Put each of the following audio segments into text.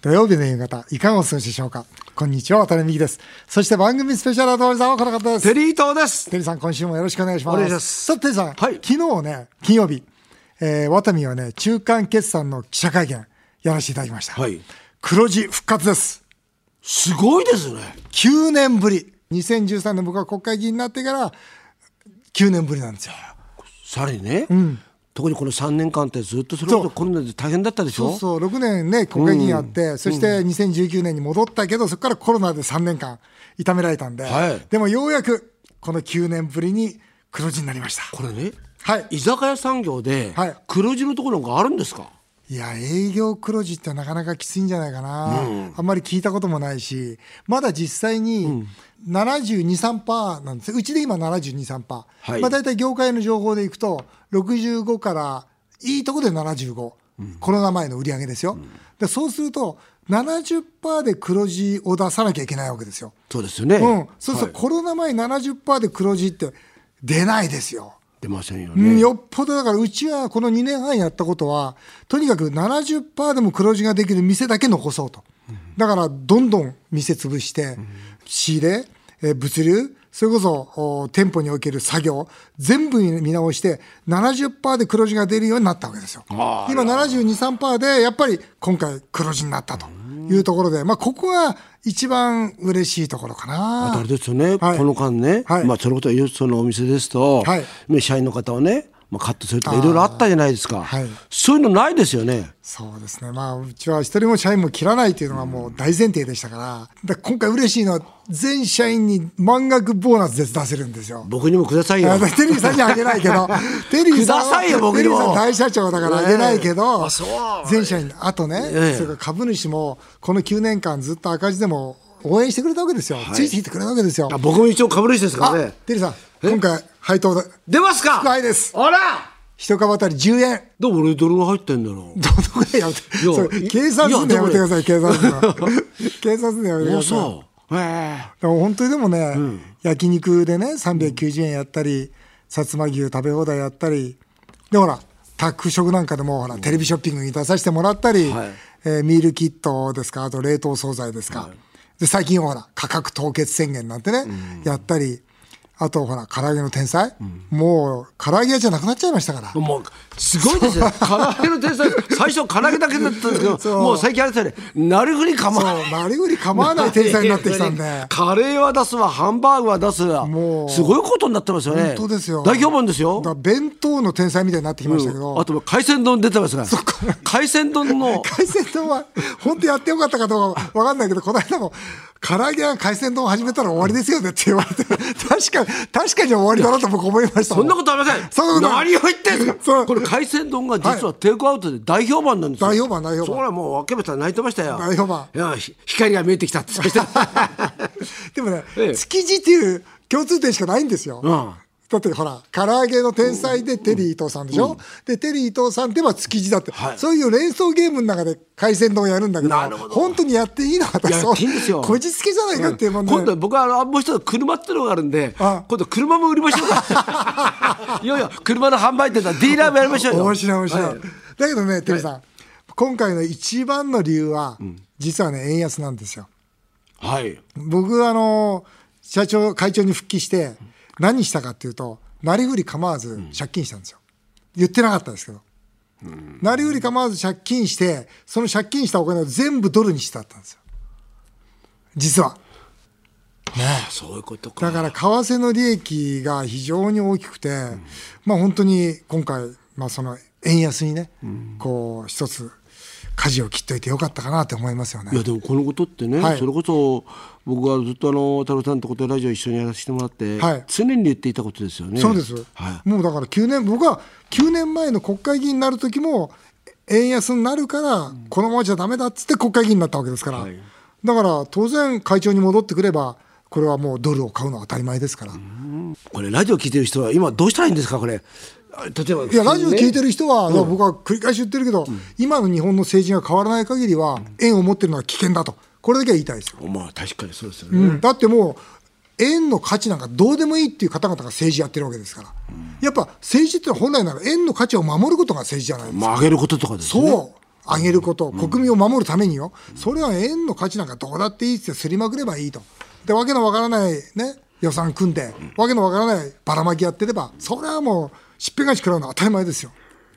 土曜日の夕方、いかがお過ごしでしょうか。こんにちは、渡辺美希です。そして番組スペシャルアドバイザーはこの方です。 テリー東です。 テリーさん、今週もよろしくお願いします。 お願いします。 さあ、テリーさん、 はい、 昨日ね、金曜日、ワタミはね、中間決算の記者会見やらせていただきました。 はい、 黒字復活です。 すごいですね。 9年ぶり。2013年僕が国会議員になってから9年ぶりなんですよ。 さらにね、特にこの3年間ってずっとそれほどコロナで大変だったでしょ。 そうそう、6年ね、国会議員やって、そして2019年に戻ったけど、そこからコロナで3年間痛められたんで、 はい、 でもようやくこの9年ぶりに黒字になりました。 これね、 はい、 居酒屋産業で黒字のところがあるんですか。 いや、営業黒字ってなかなかきついんじゃないかな、あんまり聞いたこともないし、まだ実際に72、3% なんですよ。うちで今72、3%、 はい、 だいたい業界の情報でいくと65からいいところで75、コロナ前の売り上げですよ、でそうすると 70% で黒字を出さなきゃいけないわけですよ。 そうですよね、 そうするとコロナ前 70% で黒字って出ないですよ。 出ませんよね、 よっぽどだから、うちはこの2年半やったことは、とにかく 70% でも黒字ができる店だけ残そうと。だからどんどん店潰して、仕入れ、物流、それこそ店舗における作業全部見直して 70% で黒字が出るようになったわけですよ。今 72、3% でやっぱり今回黒字になったというところで、ここが一番嬉しいところかな。 あれですよね、この間ね、そのことはそのお店ですと、社員の方をね、カットするとかいろいろあったじゃないですか、そういうのないですよね。 そうですね、うちは一人も社員も切らないというのがもう大前提でしたから、今回嬉しいのは全社員に満額ボーナスで出せるんですよ。 僕にもくださいよ。 テリーさんにはあげないけどテリーさんはくださいよ、僕にも。 テリーさん大社長だからあげないけど、全社員、あとね、それから株主もこの9年間ずっと赤字でも応援してくれたわけですよ、ついてきてくれたわけですよ。 僕も一応株主ですからね。 テリーさん、今回配当出ますか。 祝杯です。 あら、 一株当たり10円。 でも俺どれが入ってんだろう。 どこでやめて、計算するのやめてください。計算するの計算するのやめてください。でも本当にでもね、焼肉でね390円やったり、薩摩牛食べ放題やったりで、ほら宅食なんかでもほらテレビショッピングに出させてもらったり、ミールキットですか、あと冷凍惣菜ですか、で最近ほら価格凍結宣言なんてね、やったり、あとほら唐揚げの天才、もう唐揚げ屋じゃなくなっちゃいましたから。 もうすごいですよ唐揚げの天才最初唐揚げだけだったんですけど、もう最近あれですよね、なりふり構わない、 なりふり構わない天才になってきたんでカレーは出すわ、ハンバーグは出すわ、もうすごいことになってますよね。 本当ですよ、 大評判ですよ。 だ弁当の天才みたいになってきましたけど、 あと海鮮丼出てますが、海鮮丼の海鮮丼は本当やってよかったかどうか分かんないけど、この間も唐揚げは海鮮丼を始めたら終わりですよねって言われて確かに終わりだなと僕思いました。 そんなことありません。何を言ってんですか。これ海鮮丼が実はテイクアウトで大評判なんですよ。 大評判。それはもう分けました、泣いてましたよ。 大評判。 いや、光が見えてきたってでもね、築地っていう共通点しかないんですよ。だってほら唐揚げの天才でテリー伊藤さんでしょ、でテリー伊藤さんでは築地だって、そういう連想ゲームの中で海鮮丼をやるんだけど、本当にやっていいのかと、こじつけじゃないかっていう問題。 今度僕はもう一つ車っていうのがあるんで、今度車も売りましょうかいや車の販売店だ、ディーラーもやりましょうよ。 面白い、だけどね、テリーさん、今回の一番の理由は、実はね円安なんですよ。僕会長に復帰して何したかっていうと、なりふり構わず借金したんですよ。言ってなかったですけど、なりふり構わず借金して、その借金したお金を全部ドルにしてあったんですよ、実はね。 そういうことか。 だから為替の利益が非常に大きくて、本当に今回、その円安にね、こう一つ舵を切っといてよかったかなって思いますよね。 いやでもこのことってね、それこそ僕はずっと太郎さんとことラジオ一緒にやらせてもらって、常に言っていたことですよね。 そうです、もうだから僕は9年前の国会議員になる時も円安になるからこのままじゃダメだっつって国会議員になったわけですから、だから当然会長に戻ってくればこれはもうドルを買うのは当たり前ですから。 これラジオ聞いてる人は今どうしたらいいんですか。これ例えば、 いやラジオ聞いてる人は、僕は繰り返し言ってるけど、今の日本の政治が変わらない限りは円を持ってるのは危険だと、これだけは言いたいですよ。 確かにそうですよね、 だってもう円の価値なんかどうでもいいっていう方々が政治やってるわけですから、やっぱ政治って本来なら円の価値を守ることが政治じゃないですか。 上げることとかですね。 そう上げること、国民を守るためによ、それは円の価値なんかどうだっていいってすりまくればいいと。で、わけのわからないね、予算組んで、わけのわからないばらまきやってれば、それはもうしっぺ返し食らうのは当たり前ですよ。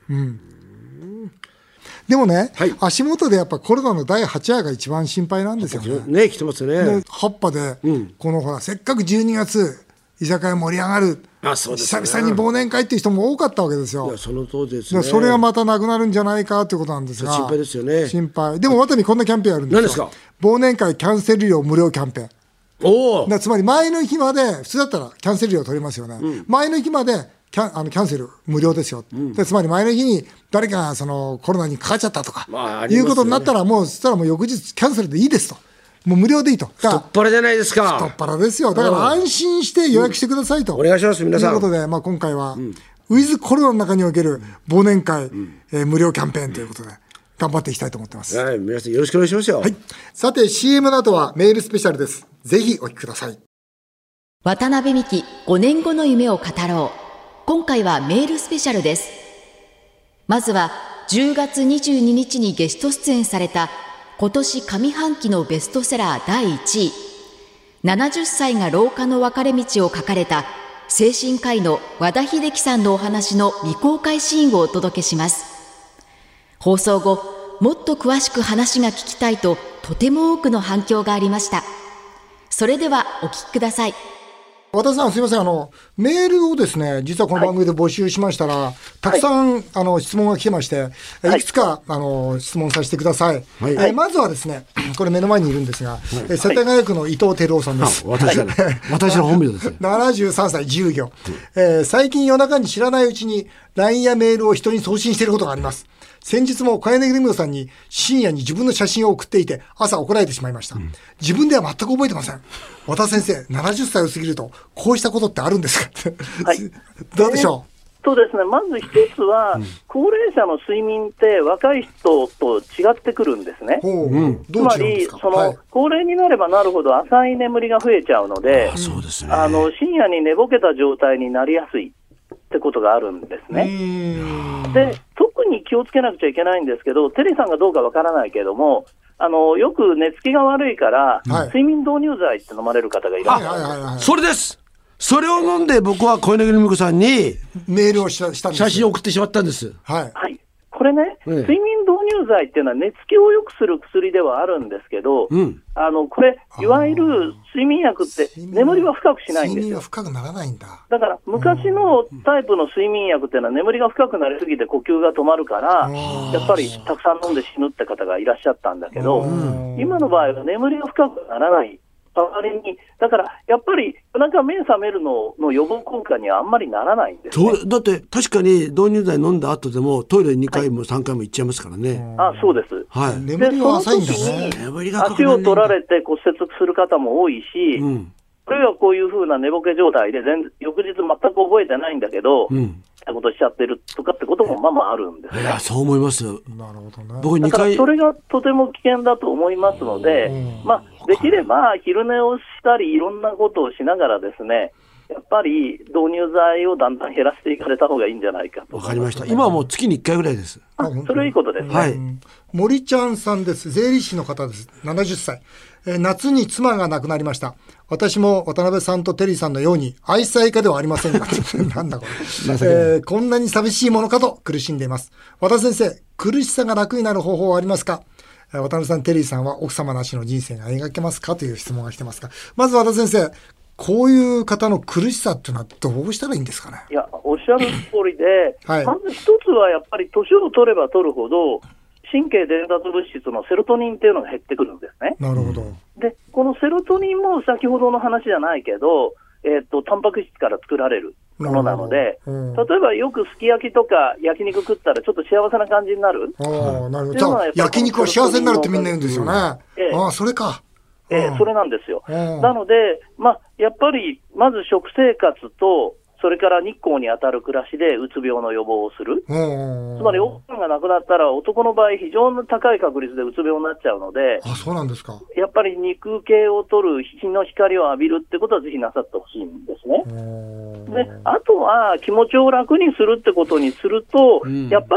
でもね、足元でやっぱコロナの第8波が一番心配なんですよね。 来てますね。 8波で、このほら、せっかく12月、居酒屋盛り上がる、久々に忘年会っていう人も多かったわけですよ。 その通りですね。 それがまたなくなるんじゃないかということなんですが、 心配ですよね。 心配。でも、ワタミこんなキャンペーンあるんですよ。 何ですか？ 忘年会キャンセル料無料キャンペーン。つまり前の日まで、普通だったらキャンセル料取りますよね。前の日までキャンセル無料ですよ。でつまり前の日に誰かがそのコロナにかかっちゃったとか、いうことになったら、もうそしたらもう翌日キャンセルでいいですと。もう無料でいいと。 太っ腹じゃないですか。 太っ腹ですよ。だから安心して予約してくださいと。 お願いします、皆さん。 ということで、今回は、ウィズコロナの中における忘年会、無料キャンペーンということで、頑張っていきたいと思ってます。 皆さんよろしくお願いしますよ。 さて、CM の後はメールスペシャルです。ぜひお聞きください。 渡辺美希5年後の夢を語ろう。今回はメールスペシャルです。まずは10月22日にゲスト出演された今年上半期のベストセラー第1位、70歳が廊下の分かれ道を書かれた精神科医の和田秀樹さんのお話の未公開シーンをお届けします。放送後、もっと詳しく話が聞きたいととても多くの反響がありました。それではお聞きください。 和田さん、すみません、メールをですね、実はこの番組で募集しましたら、たくさん質問が来てまして、いくつか質問させてください。まずはですね、これ目の前にいるんですが、世田谷区の伊藤照夫さんです。 私の本名です。 73歳自由業。最近夜中に知らないうちに LINE やメールを人に送信していることがあります。先日も小柳ルミ子さんに深夜に自分の写真を送っていて朝怒られてしまいました。自分では全く覚えてません。和田先生、70歳を過ぎるとこうしたことってあるんですか？どうでしょう？ そうですね、まず一つは、高齢者の睡眠って若い人と違ってくるんですね。つまり高齢になればなるほど浅い眠りが増えちゃうので、深夜に寝ぼけた状態になりやすいってことがあるんですね。で、特に気をつけなくちゃいけないんですけど、テリーさんがどうかわからないけれども、よく寝つきが悪いから、睡眠導入剤って飲まれる方がいらっしゃる。 それです。それを飲んで僕は小柳ルミ子さんにメールをしたんです。 写真を送ってしまったんです。 これね、睡眠導入剤っていうのは寝つきを良くする薬ではあるんですけど、これ、いわゆる睡眠薬って眠りは深くしないんですよ。 睡眠は深くならないんだ。 だから昔のタイプの睡眠薬っていうのは眠りが深くなりすぎて呼吸が止まるから、やっぱりたくさん飲んで死ぬって方がいらっしゃったんだけど、今の場合は眠りが深くならない。代わりに、だからやっぱり夜中目覚めるの予防効果にはあんまりならないんですね。 だって確かに導入剤飲んだ後でもトイレ2回も3回も行っちゃいますからね。 そうです。 眠りが浅いんだね。 足を取られて骨折する方も多いし、あるいはこういうふうな寝ぼけ状態で翌日全く覚えてないんだけど、ことしちゃってるとかってこともまあまああるんですね。 そう思います。 なるほどね。 僕2回。 それがとても危険だと思いますので、できれば昼寝をしたりいろんなことをしながらですね、やっぱり導入剤をだんだん減らしていかれた方がいいいんじゃないかと。 わかりました。今はもう月に1回ぐらいです。 それはいいことですね。 森ちゃんさんです。税理士の方です。70歳。夏に妻が亡くなりました。私も渡辺さんとテリーさんのように愛妻家ではありませんがなんだこれ、こんなに寂しいものかと苦しんでいます。和田先生、苦しさが楽になる方法はありますか？渡辺さん、テリーさんは奥様なしの人生が描けますかという質問が来てますが、まず和田先生、こういう方の苦しさっていうのはどうしたらいいんですかね？ いや、おっしゃる通りで、まず一つはやっぱり年を取れば取るほど神経伝達物質のセロトニンっていうのが減ってくるんですね。 なるほど。 で、このセロトニンも先ほどの話じゃないけど、タンパク質から作られるものなので、例えばよくすき焼きとか焼肉食ったらちょっと幸せな感じになる。 なるほど。焼肉は幸せになるってみんな言うんですよね。それか。 それなんですよ。なので、やっぱりまず食生活と、それから日光に当たる暮らしでうつ病の予防をする。つまり奥さんが亡くなったら男の場合非常に高い確率でうつ病になっちゃうので、 そうなんですか。 やっぱり肉系を取る、日の光を浴びるってことはぜひなさってほしいんですね。で、あとは気持ちを楽にするってことにすると、やっぱり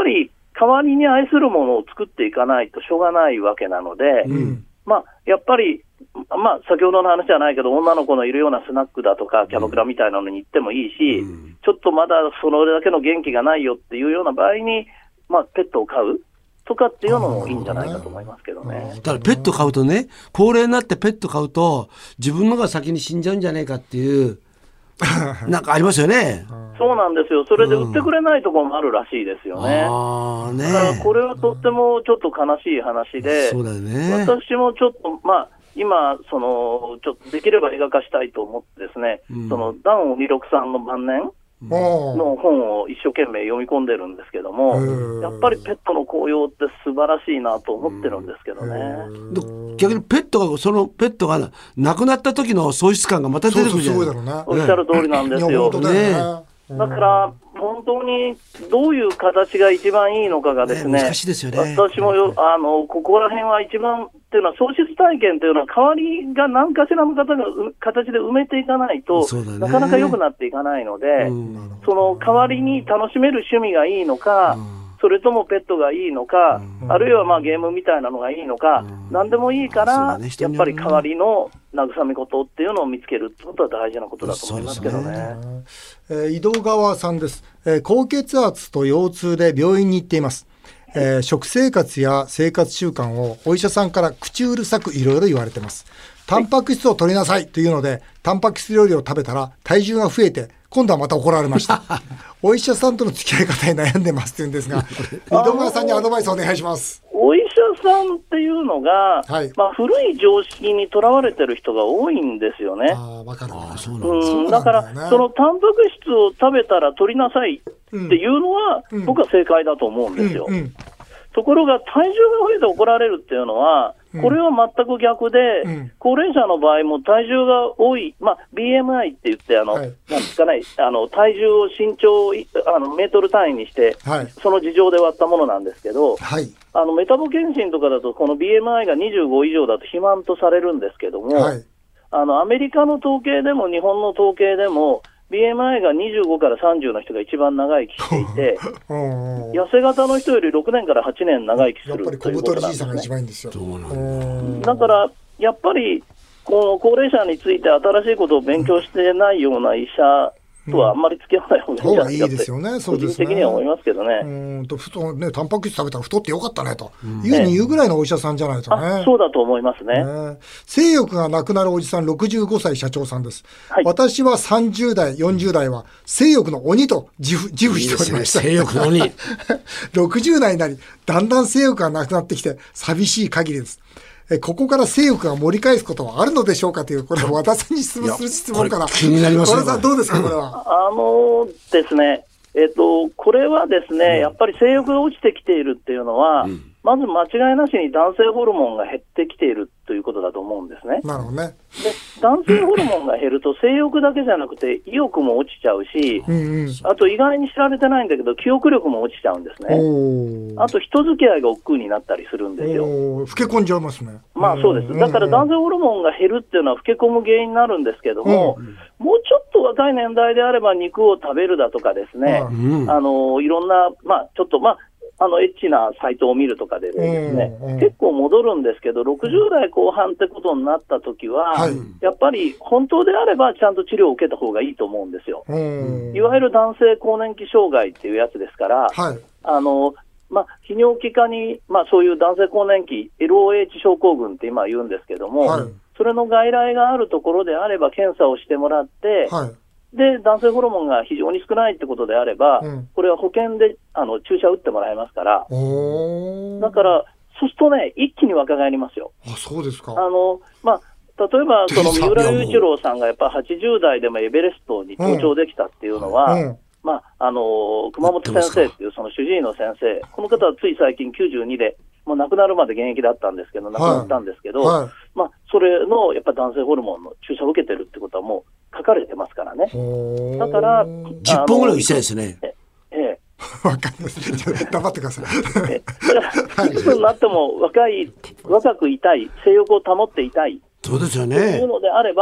代わりに愛するものを作っていかないとしょうがないわけなので、やっぱり、先ほどの話じゃないけど、女の子のいるようなスナックだとか、キャバクラみたいなのに行ってもいいし、ちょっとまだそれだけの元気がないよっていうような場合に、ペットを飼うとかっていうのもいいんじゃないかと思いますけどね。 だからペット飼うとね、高齢になってペット飼うと、自分のが先に死んじゃうんじゃないかっていう、なんかありますよね。 そうなんですよ。それで売ってくれないところもあるらしいですよね。だからこれはとってもちょっと悲しい話で、 そうだよね、 私もちょっと、今ちょっとできれば映画化したいと思ってですね、そのダン・オニロクさんの晩年の本を一生懸命読み込んでるんですけども、やっぱりペットの紅葉って素晴らしいなと思ってるんですけどね。 逆にそのペットが亡くなった時の喪失感がまた出てくるじゃないですか。 おっしゃる通りなんですよ。だから本当にどういう形が一番いいのかがですね、 難しいですよね。 私もここら辺は一番っていうのは、喪失体験というのは代わりが何かしらの形で埋めていかないと、なかなか良くなっていかないので、その代わりに楽しめる趣味がいいのか、それともペットがいいのか、あるいはゲームみたいなのがいいのか、何でもいいから、やっぱり代わりの慰め事っていうのを見つけるってことは大事なことだと思いますけどね。 井戸川さんです。高血圧と腰痛で病院に行っています。食生活や生活習慣をお医者さんから口うるさくいろいろ言われてます。タンパク質を取りなさいというので、タンパク質料理を食べたら体重が増えて、今度はまた怒られました。お医者さんとの付き合い方に悩んでますって言うんですが、井戸川さんにアドバイスお願いします。 お医者さんっていうのが、古い常識にとらわれてる人が多いんですよね。だから、そのタンパク質を食べたら取りなさいっていうのは、僕は正解だと思うんですよ。ところが、体重が増えて怒られるっていうのは、これは全く逆で、高齢者の場合も体重が多い、BMI って言って、なんですかね、体重を身長メートル単位にして、その事情で割ったものなんですけど、メタボ検診とかだと、この BMI が25以上だと肥満とされるんですけども、アメリカの統計でも日本の統計でも、BMI が25から30の人が一番長生きしていて、痩せ型の人より6年から8年長生きするということなんですね。だから、やっぱり、この高齢者について新しいことを勉強してないような医者とはあんまり付き合わない方がいいんじゃないかって、個人的には思いますけどね。 タンパク質食べたら太ってよかったねというに言うぐらいのお医者さんじゃないとね。 そうだと思いますね。 性欲がなくなるおじさん65歳社長さんです。私は30代、40代は性欲の鬼と自負しておりました。 性欲の鬼。 60代になり、だんだん性欲がなくなってきて寂しい限りです。ここから性欲が盛り返すことはあるのでしょうかという、これは和田さんに質問する質問から。 気になりますね。 和田さんどうですか、これは。 ですね、これはですね、やっぱり性欲が落ちてきているっていうのは、まず間違いなしに男性ホルモンが減ってきているということだと思うんですね。 なるほどね。 で、男性ホルモンが減ると性欲だけじゃなくて意欲も落ちちゃうし、あと意外に知られてないんだけど記憶力も落ちちゃうんですね。あと人付き合いが億劫になったりするんですよ。 老け込んじゃいますね。 そうです。だから男性ホルモンが減るっていうのは老け込む原因になるんですけども、もうちょっと若い年代であれば肉を食べるだとかですね、いろんな、ちょっとエッチなサイトを見るとかでですね、結構戻るんですけど、60代後半ってことになったときは、やっぱり本当であればちゃんと治療を受けた方がいいと思うんですよ。いわゆる男性更年期障害っていうやつですから、泌尿器科に、そういう男性更年期、LOH 症候群って今言うんですけども、それの外来があるところであれば検査をしてもらって、で、男性ホルモンが非常に少ないってことであれば、これは保険で注射打ってもらえますから、だから、そうするとね、一気に若返りますよ。 そうですか。 例えば、その三浦雄一郎さんがやっぱ80代でもエベレストに登頂できたっていうのは、熊本先生っていうその主治医の先生、この方はつい最近92で、もう亡くなるまで現役だったんですけど、亡くなったんですけど、それのやっぱ男性ホルモンの注射を受けてるってことはもう書かれてますからね。だから、 10本ぐらい打ちたいですね。 わかります。黙ってください。いつになっても若くいたい、性欲を保っていたい。 そうですよね。 というのであれば、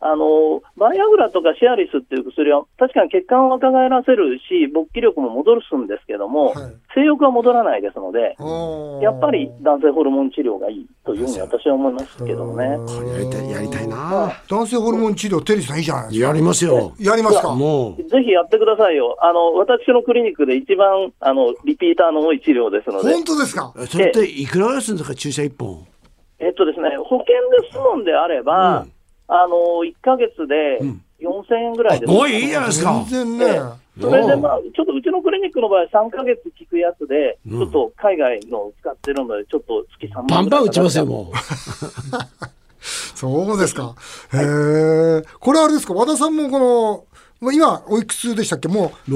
バイアグラとかシアリスっていう薬は確かに血管を若返らせるし、勃起力も戻すんですけども、性欲は戻らないですので、やっぱり男性ホルモン治療がいいというふうに私は思いますけどね。 やりたいな。 男性ホルモン治療、テリーさんいいじゃないですか。 やりますよ。 やりますか。 もうぜひやってくださいよ。私のクリニックで一番リピーターの多い治療ですので。 本当ですか。 それっていくらぐらいするんですか、注射1本。 ですね、保険で済むんであれば、1ヶ月で4000円ぐらいです。 すごいいいじゃないですか。 全然ね。 それでちょっとうちのクリニックの場合3ヶ月効くやつで、ちょっと海外の使ってるので、ちょっと月3万バンバン打ちますよ、もう。 そうですか。これあれですか、和田さんもこの、今おいくつでしたっけ。もう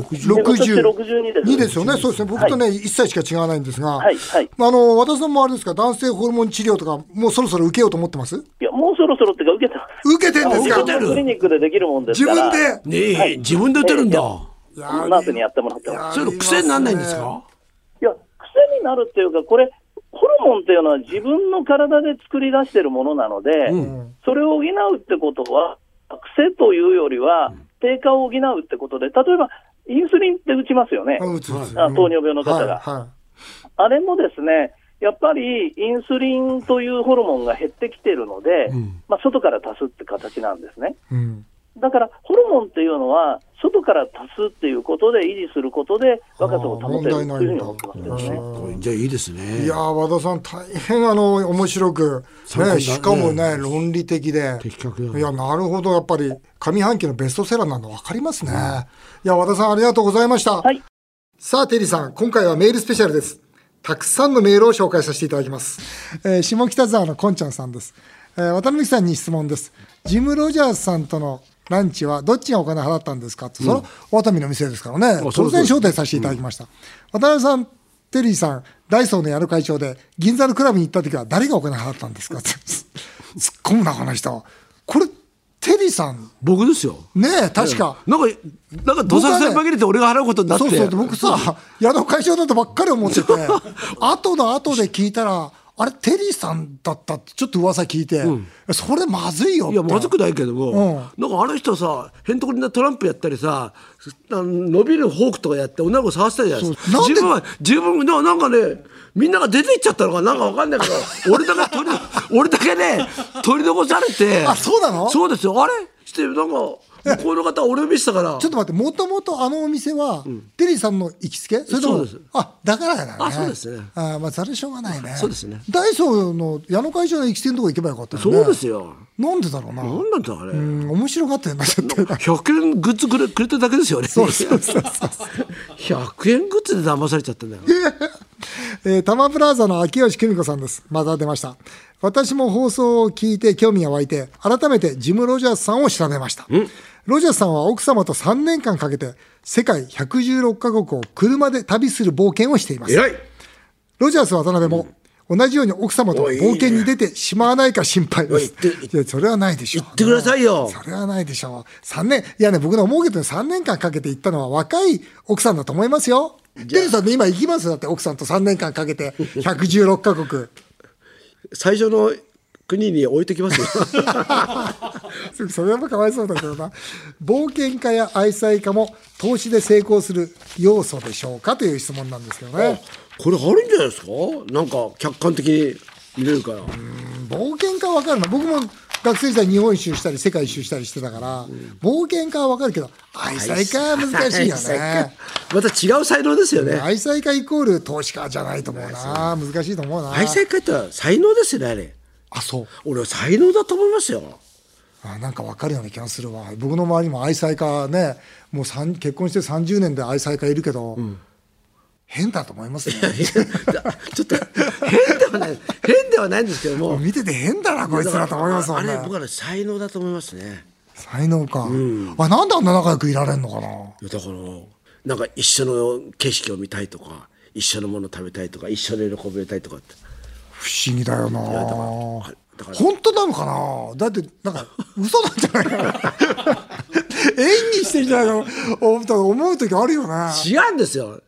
62ですよね。そうですね。僕とね、1歳しか違わないんですが、和田さんもあれですか、男性ホルモン治療とかもうそろそろ受けようと思ってます？いや、もうそろそろってか受けてます。 受けてるんですか？ クリニックでできるもんですから。 自分で打てるんだ。 ナースにやってもらってます。 それ癖にならないんですか？ いや、癖になるっていうか、これホルモンっていうのは自分の体で作り出しているものなので、それを補うってことは癖というよりは低下を補うってことで、例えばインスリンって打ちますよね、糖尿病の方が。あれもですね、やっぱりインスリンというホルモンが減ってきているので、外から足すって形なんですね。だからホルモンっていうのは外から足すっていうことで維持することで若さを保てるというふうに思ってますよね。 じゃあいいですね。 いや和田さん大変面白く、ね、しかもね論理的で、いやなるほど、やっぱり上半期のベストセラーなの分かりますね。いや和田さんありがとうございました。さあテリーさん、今回はメールスペシャルです。たくさんのメールを紹介させていただきます。下北沢のこんちゃんさんです。渡辺さんに質問です。ジム・ロジャースさんとのランチはどっちがお金払ったんですかって、そのワタミの店ですからね、当然招待させていただきました。渡辺さん、テリーさん、ダイソーの矢野会長で銀座のクラブに行った時は誰がお金払ったんですかって突っ込むなこの人。これテリーさん僕ですよね。え確かなんかどさくさに紛れて俺が払うことになって、 そう僕さ矢野会長だとばっかり思ってて後で聞いたらあれテリーさんだったってちょっと噂聞いて、それまずいよって。 いやまずくないけども、なんかあの人さへんとこりなトランプやったりさ、伸びるフォークとかやって女の子探したじゃないですか。自分なんかね、みんなが出ていっちゃったのかなんか分かんないけど俺だけね取り残されて。 あ、そうなの？ そうですよ。あれしてなんか向こうの方俺を見せたから。 ちょっと待って、もともとあのお店は、テリーさんの行きつけ？それとも、 そうです。 だからだね。 そうですね。 それしょうがないね。 そうですね。 ダイソーの矢野会長の行きつけのとこ行けばよかったよね。 そうですよ。 なんでだろうな。 なんなんだあれ。 面白がってんだちょっと。 100円グッズくれただけですよね。そう100円グッズで騙されちゃったんだよ。 タマプラザの秋吉久美子さんです。また出ました。私も放送を聞いて興味が湧いて、改めてジム・ロジャースさんを調べました。ロジャースさんは奥様と3年間かけて世界116カ国を車で旅する冒険をしています。ロジャース渡辺も同じように奥様と冒険に出てしまわないか心配です。いやそれはないでしょう。 言ってくださいよ。 それはないでしょう。3年、いやね、僕の思うけど3年間かけて行ったのは若い奥さんだと思いますよ。テリーさんで今行きますよ。だって奥さんと3年間かけて116カ国。 最初の国に置いときますよ。 それはかわいそうだけどな。冒険家や愛妻家も投資で成功する要素でしょうかという質問なんですけどね。 これあるんじゃないですか。なんか客観的に見れるから。 冒険家は分かるな。僕も学生時代日本一周したり世界一周したりしてたから、冒険家は分かるけど愛妻家は難しいよね。 また違う才能ですよね。 愛妻家イコール投資家じゃないと思うな。難しいと思うな。 愛妻家って才能ですよねあれ。 そう。 俺は才能だと思いますよ。 なんか分かるような気がするわ。僕の周りも愛妻家ね、もう結婚して30年で愛妻家いるけど、変だと思いますね。 ちょっと変ではないんですけども、 見てて変だなこいつらと思いますもんね。 あれ僕はね才能だと思いますね。 才能か。なんであんな仲良くいられるのかな。 だからなんか一緒の景色を見たいとか、一緒のもの食べたいとか、一緒に喜びたいとかって。 不思議だよな。本当なのかな。だってなんか嘘なんじゃないかな。演技してるんじゃないかな思う時あるよね。 違うんですよ。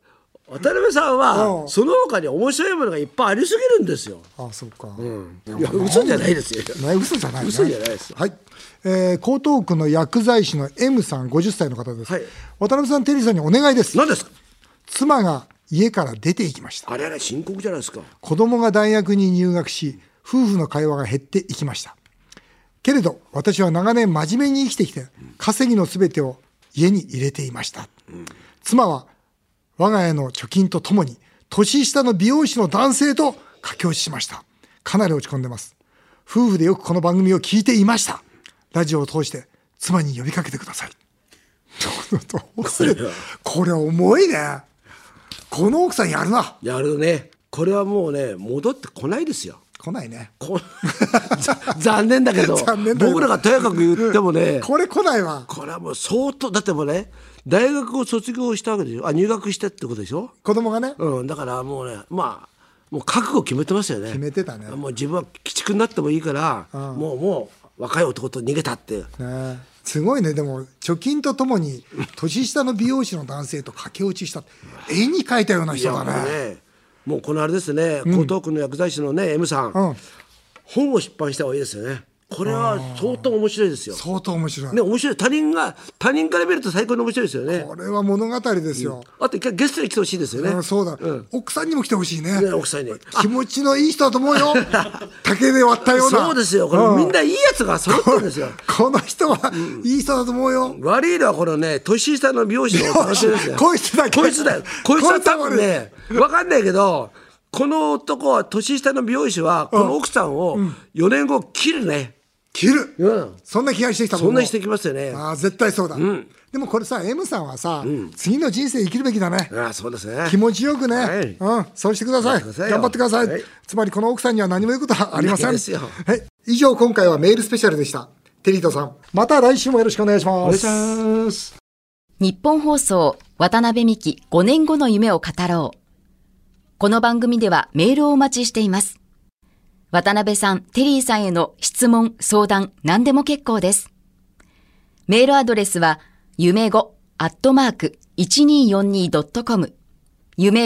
渡辺さんはその他に面白いものがいっぱいありすぎるんですよ。 あ、そうか。 いや嘘じゃないですよ。 嘘じゃないね。 嘘じゃないです。 はい。江東区の薬剤師の M さん50歳の方です。渡辺さん、テリーさんにお願いです。 何ですか？ 妻が家から出て行きました。 あれあれ深刻じゃないですか。 子供が大学に入学し、夫婦の会話が減っていきました。けれど私は長年真面目に生きてきて、稼ぎのすべてを家に入れていました。妻は我が家の貯金とともに年下の美容師の男性と駆け落ちしました。かなり落ち込んでます。夫婦でよくこの番組を聞いていました。ラジオを通して妻に呼びかけてください。これ重いね。この奥さんやるな。 やるね。これはもうね、戻ってこないですよ。 来ないね。 残念だけど僕らがとやかく言ってもねこれ来ないわ。 これはもう相当だってもうね、大学を卒業したわけでしょ。入学してってことでしょ、 子供がね。 だからもうね、もう覚悟決めてますよね。 決めてたね。 もう自分は鬼畜になってもいいから、もう若い男と逃げたって、 すごいね。でも貯金とともに年下の美容師の男性と駆け落ちした絵に描いたような人だね。 もうこのあれですね、江東区の薬剤師のね M さん、本を出版した方がいいですよね。これは相当面白いですよ。 相当面白いね。面白い。他人から見ると最高に面白いですよね。 これは物語ですよ。 あと一回ゲストに来てほしいですよね。 そうだ、奥さんにも来てほしいね。 奥さんに気持ちのいい人だと思うよ。竹で割ったような。 そうですよ。これみんないいやつが揃ってるんですよ。 この人はいい人だと思うよ。 悪いのはこのね、年下の美容師の男性ですよ。 こいつだけ。 こいつだよ。こいつは多分ね、分かんないけど、この男は年下の美容師はこの奥さんを4年後切るね。 切る、そんな気がしてきたもん。 そんなしてきますよね。 絶対そうだ、でもこれさ M さんはさ、次の人生生きるべきだね。 そうですね。 気持ちよくね、そうしてください。頑張ってください、つまりこの奥さんには何も言うことはありません。以上、今回はメールスペシャルでした。テリートさん、また来週もよろしくお願いします。 日本放送渡辺美希5年後の夢を語ろう。この番組ではメールをお待ちしています。渡辺さん、テリーさんへの質問、相談、何でも結構です。メールアドレスは、夢5@1242.com、夢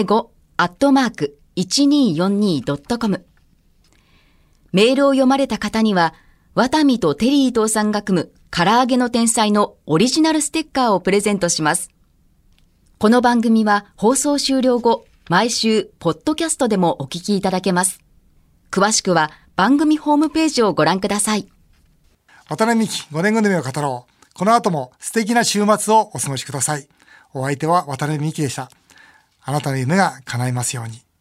5@1242.com。メールを読まれた方には、ワタミとテリー伊藤さんが組む唐揚げの天才のオリジナルステッカーをプレゼントします。この番組は放送終了後、毎週、ポッドキャストでもお聞きいただけます。詳しくは番組ホームページをご覧ください。 渡辺美希5年後の夢を語ろう。この後も素敵な週末をお過ごしください。お相手は渡辺美希でした。あなたの夢が叶いますように。